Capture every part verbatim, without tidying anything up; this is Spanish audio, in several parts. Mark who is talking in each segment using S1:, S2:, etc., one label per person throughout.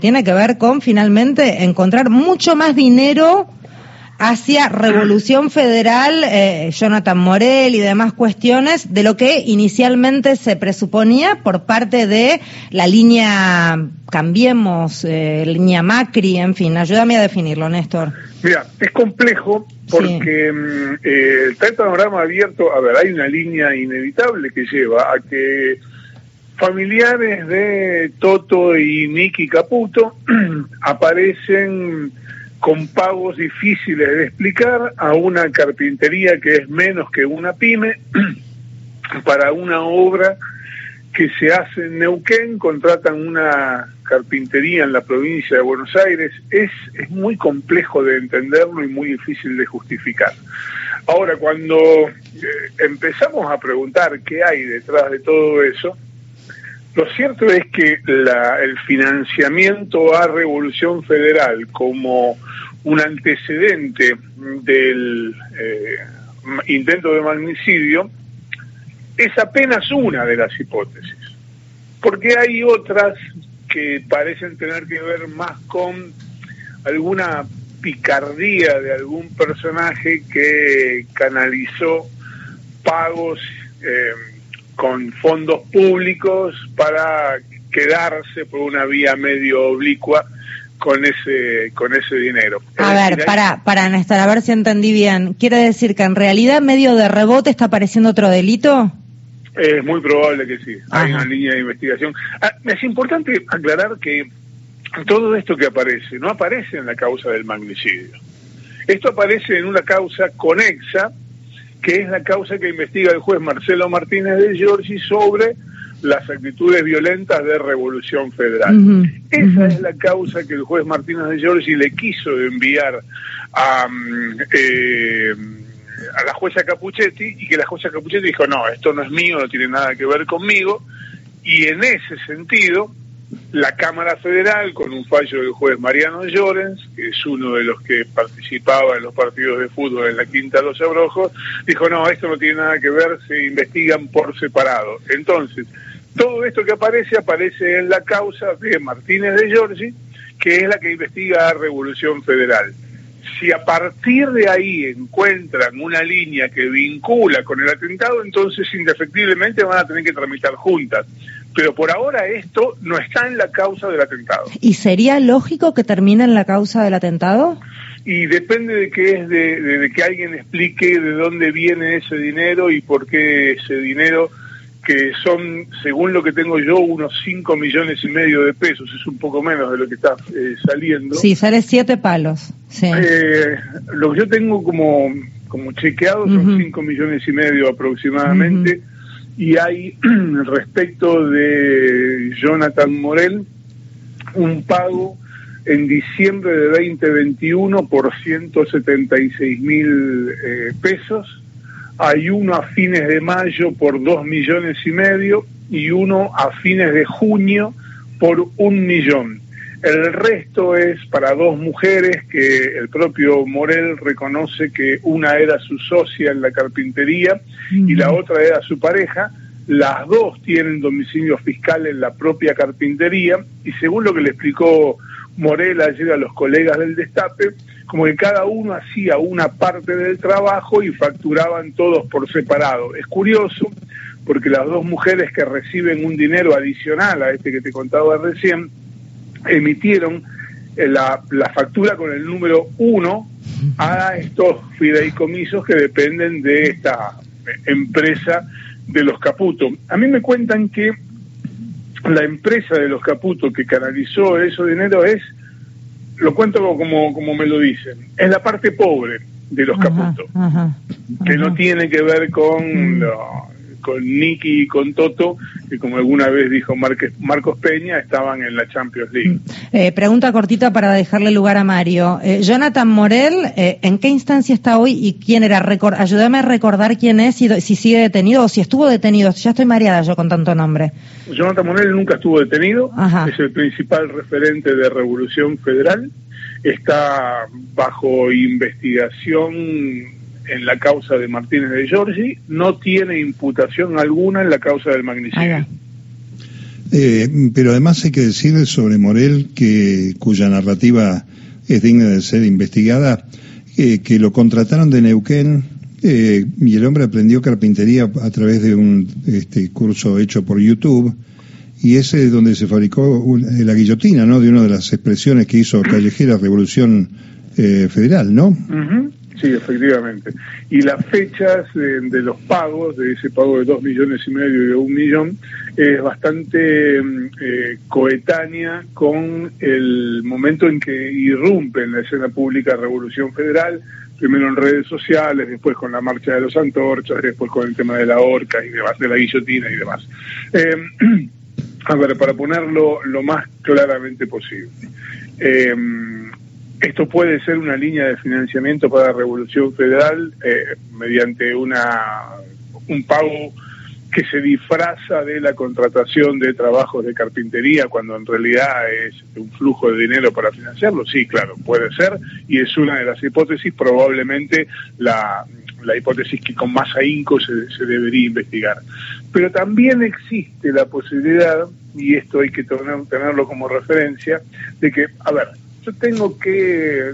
S1: tiene que ver con finalmente encontrar mucho más dinero hacia Revolución Federal, eh, Jonathan Morel y demás cuestiones, de lo que inicialmente se presuponía por parte de la línea Cambiemos, eh, línea Macri, en fin. Ayúdame a definirlo, Néstor.
S2: Mira, es complejo porque sí. eh, está el panorama abierto. A ver, hay una línea inevitable que lleva a que familiares de Toto y Nicky Caputo aparecen con pagos difíciles de explicar a una carpintería que es menos que una pyme para una obra que se hace en Neuquén. Contratan una carpintería en la provincia de Buenos Aires. Es, es muy complejo de entenderlo y muy difícil de justificar. Ahora, cuando eh, empezamos a preguntar qué hay detrás de todo eso, lo cierto es que la, el financiamiento a Revolución Federal como un antecedente del eh, intento de magnicidio es apenas una de las hipótesis, porque hay otras que parecen tener que ver más con alguna picardía de algún personaje que canalizó pagos eh, con fondos públicos para quedarse por una vía medio oblicua con ese con ese dinero.
S1: A ver, decir, para, hay... para Néstor, a ver si entendí bien. ¿Quiere decir que en realidad medio de rebote está apareciendo otro delito?
S2: Es muy probable que sí.
S1: Ajá.
S2: Hay una línea de investigación. Ah, es importante aclarar que todo esto que aparece no aparece en la causa del magnicidio. Esto aparece en una causa conexa, que es la causa que investiga el juez Marcelo Martínez de Giorgi sobre las actitudes violentas de Revolución Federal. Uh-huh. Esa uh-huh. es la causa que el juez Martínez de Giorgi le quiso enviar a, eh, a la jueza Capuchetti, y que la jueza Capuchetti dijo, no, esto no es mío, no tiene nada que ver conmigo, y en ese sentido la Cámara Federal, con un fallo del juez Mariano Llorens, que es uno de los que participaba en los partidos de fútbol en la Quinta de los Abrojos, dijo, no, esto no tiene nada que ver, se investigan por separado. Entonces, todo esto que aparece, aparece en la causa de Martínez de Giorgi, que es la que investiga a Revolución Federal. Si a partir de ahí encuentran una línea que vincula con el atentado, entonces indefectiblemente van a tener que tramitar juntas. Pero por ahora esto no está en la causa del atentado.
S1: ¿Y sería lógico que termine en la causa del atentado?
S2: Y depende de que es de, de, de que alguien explique de dónde viene ese dinero y por qué ese dinero, que son, según lo que tengo yo, unos cinco millones y medio de pesos, es un poco menos de lo que está eh, saliendo.
S1: Sí, sale siete palos. Sí.
S2: Eh, lo que yo tengo como, como chequeado son uh-huh. cinco millones y medio aproximadamente. Uh-huh. Y hay, respecto de Jonathan Morel, un pago en diciembre de veinte veintiuno por ciento setenta y seis mil eh, pesos. Hay uno a fines de mayo por dos millones y medio y uno a fines de junio por un millón. El resto es para dos mujeres que el propio Morel reconoce que una era su socia en la carpintería mm. y la otra era su pareja. Las dos tienen domicilio fiscal en la propia carpintería y según lo que le explicó Morel ayer a los colegas del Destape, como que cada uno hacía una parte del trabajo y facturaban todos por separado. Es curioso porque las dos mujeres que reciben un dinero adicional a este que te contaba recién, emitieron la, la factura con el número uno a estos fideicomisos que dependen de esta empresa de los Caputo. A mí me cuentan que la empresa de los Caputo que canalizó ese dinero es, lo cuento como, como me lo dicen, es la parte pobre de los Caputo, ajá, ajá, que ajá. no tiene que ver con... Mm. Lo, con Nicky y con Toto, que como alguna vez dijo Marques, Marcos Peña, estaban en la Champions League.
S1: Eh, pregunta cortita para dejarle lugar a Mario. Eh, Jonathan Morel, eh, ¿en qué instancia está hoy y quién era? Recor- ayúdame a recordar quién es y do- si sigue detenido o si estuvo detenido. Ya estoy mareada yo con tanto nombre.
S2: Jonathan Morel nunca estuvo detenido,
S1: ajá.
S2: es el principal referente de Revolución Federal, está bajo investigación en la causa de Martínez de Giorgi, no tiene imputación alguna en la causa del magnicidio.
S3: Eh, pero además hay que decir sobre Morel, que cuya narrativa es digna de ser investigada, eh, que lo contrataron de Neuquén, eh, y el hombre aprendió carpintería a través de un este, curso hecho por YouTube, y ese es donde se fabricó un, la guillotina, ¿no?, de una de las expresiones que hizo Callejera, Revolución eh, Federal, ¿no?
S2: Uh-huh. Sí, efectivamente. Y las fechas de, de los pagos, de ese pago de dos millones y medio y de un millón, es bastante eh, coetánea con el momento en que irrumpe en la escena pública Revolución Federal, primero en redes sociales, después con la marcha de los antorchas, después con el tema de la horca y demás, de la guillotina y demás. Eh, a ver, para ponerlo lo más claramente posible. Eh, Esto puede ser una línea de financiamiento para Revolución Federal eh, mediante una un pago que se disfraza de la contratación de trabajos de carpintería cuando en realidad es un flujo de dinero para financiarlo. Sí, claro, puede ser, y es una de las hipótesis, probablemente la, la hipótesis que con más ahínco se, se debería investigar. Pero también existe la posibilidad, y esto hay que tener, tenerlo como referencia, de que, a ver, yo tengo que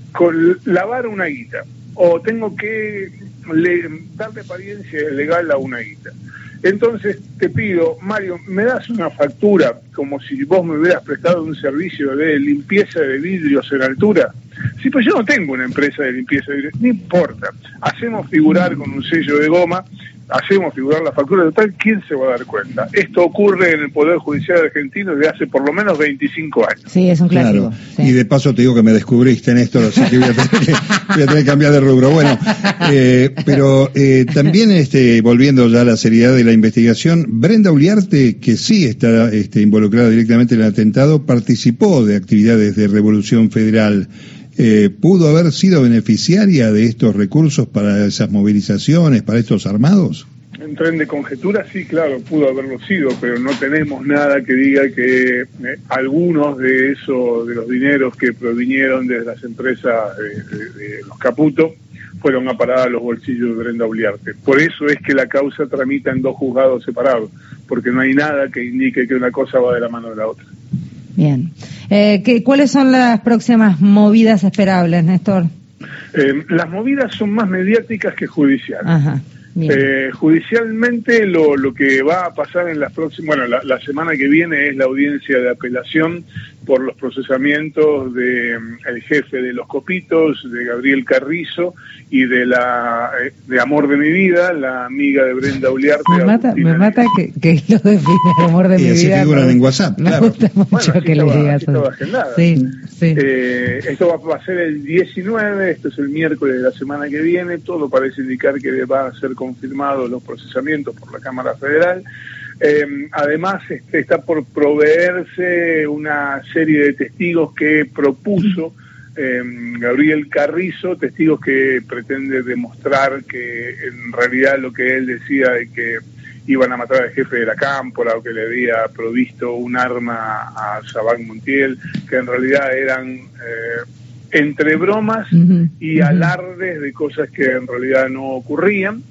S2: lavar una guita, o tengo que le, darle apariencia legal a una guita. Entonces te pido, Mario, ¿me das una factura como si vos me hubieras prestado un servicio de limpieza de vidrios en altura? Sí, pues yo no tengo una empresa de limpieza de vidrios, no importa. Hacemos figurar con un sello de goma, hacemos figurar la factura total, ¿quién se va a dar cuenta? Esto ocurre en el Poder Judicial argentino desde hace por lo menos veinticinco años.
S1: Sí, es un clásico.
S3: Claro.
S1: Sí.
S3: Y de paso te digo que me descubriste en esto, así que voy a tener que, voy a tener que cambiar de rubro. Bueno, eh, pero eh, también este, volviendo ya a la seriedad de la investigación, Brenda Uliarte, que sí está este, involucrada directamente en el atentado, participó de actividades de Revolución Federal. Eh, ¿Pudo haber sido beneficiaria de estos recursos para esas movilizaciones, para estos armados?
S2: En tren de conjetura, sí, claro, pudo haberlo sido, pero no tenemos nada que diga que eh, algunos de esos, de los dineros que provinieron de las empresas de, de, de los Caputo, fueron a parar a los bolsillos de Brenda Uliarte. Por eso es que la causa tramita en dos juzgados separados, porque no hay nada que indique que una cosa va de la mano de la otra.
S1: Bien. Eh, ¿qué, ¿Cuáles son las próximas movidas esperables, Néstor?
S2: Eh, las movidas son más mediáticas que judiciales.
S1: Ajá.
S2: Eh, judicialmente lo, lo que va a pasar en las próximas, bueno, la, la semana que viene es la audiencia de apelación por los procesamientos de um, el jefe de los Copitos, de Gabriel Carrizo, y de la eh, de Amor de mi vida, la amiga de Brenda Uliarte.
S1: Me mata, me mata que, que lo define Amor de
S3: y
S1: mi
S3: así
S1: vida.
S3: figuran en WhatsApp,
S1: me
S3: claro.
S1: gusta mucho
S2: bueno,
S1: que
S2: estaba,
S1: le digas
S2: estaba agendada.
S1: Sí, sí.
S2: Eh, esto va, va a ser el diecinueve, esto es el miércoles de la semana que viene, todo parece indicar que va a ser confirmados los procesamientos por la Cámara Federal. Eh, además, este, está por proveerse una serie de testigos que propuso eh, Gabriel Carrizo, testigos que pretende demostrar que en realidad lo que él decía de que iban a matar al jefe de la cámpora o que le había provisto un arma a Sabac Montiel, que en realidad eran eh, entre bromas uh-huh. y alardes de cosas que en realidad no ocurrían.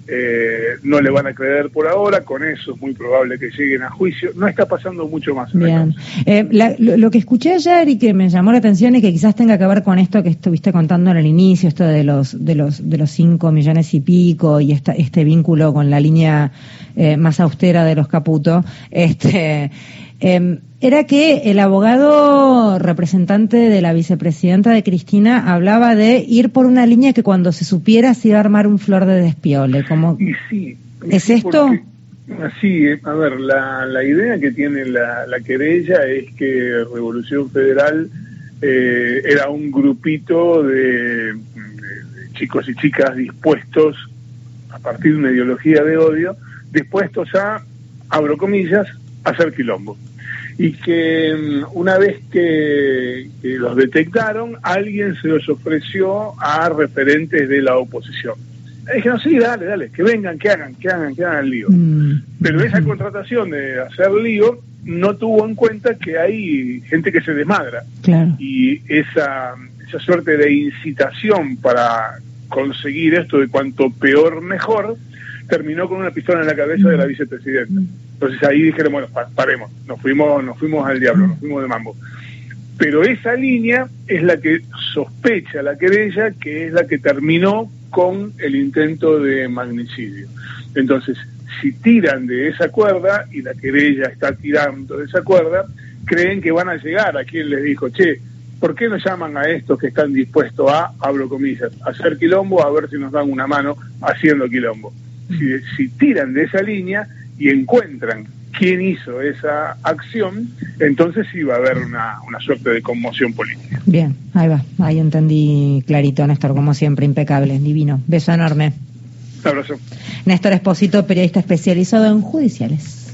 S2: Eh, no le van a creer por ahora, con eso es muy probable que lleguen a juicio. No está pasando mucho más.
S1: Bien. Eh, la, lo, lo que escuché ayer y que me llamó la atención y que quizás tenga que ver con esto que estuviste contando en el inicio, esto de los de los de los cinco millones y pico y esta, este vínculo con la línea eh, más austera de los Caputo, este eh, era que el abogado representante de la vicepresidenta de Cristina hablaba de ir por una línea que cuando se supiera se iba a armar un flor de despiole. Como...
S2: Y sí, y
S1: ¿Es
S2: sí,
S1: esto?
S2: Porque, así, a ver, la, la idea que tiene la, la querella es que Revolución Federal eh, era un grupito de, de, de chicos y chicas dispuestos, a partir de una ideología de odio, dispuestos a, abro comillas, a hacer quilombo. Y que una vez que, que los detectaron, alguien se los ofreció a referentes de la oposición. Le dijeron, sí, dale, dale, que vengan, que hagan, que hagan, que hagan lío. Mm. Pero esa contratación de hacer lío no tuvo en cuenta que hay gente que se desmadra.
S1: Claro.
S2: Y esa, esa suerte de incitación para conseguir esto de cuanto peor mejor, terminó con una pistola en la cabeza mm. de la vicepresidenta. Entonces ahí dijeron, bueno, pa paremos, nos fuimos, nos fuimos al diablo, nos fuimos de mambo. Pero esa línea es la que sospecha la querella, que es la que terminó con el intento de magnicidio. Entonces, si tiran de esa cuerda, y la querella está tirando de esa cuerda, creen que van a llegar a quien les dijo, che, ¿por qué no llaman a estos que están dispuestos a, hablo comillas, a hacer quilombo, a ver si nos dan una mano haciendo quilombo? Si, si tiran de esa línea y encuentran quién hizo esa acción, entonces sí va a haber una, una suerte de conmoción política.
S1: Bien, ahí va, ahí entendí clarito, Néstor, como siempre, impecable, divino. Beso enorme.
S2: Un abrazo.
S1: Néstor Esposito, periodista especializado en judiciales.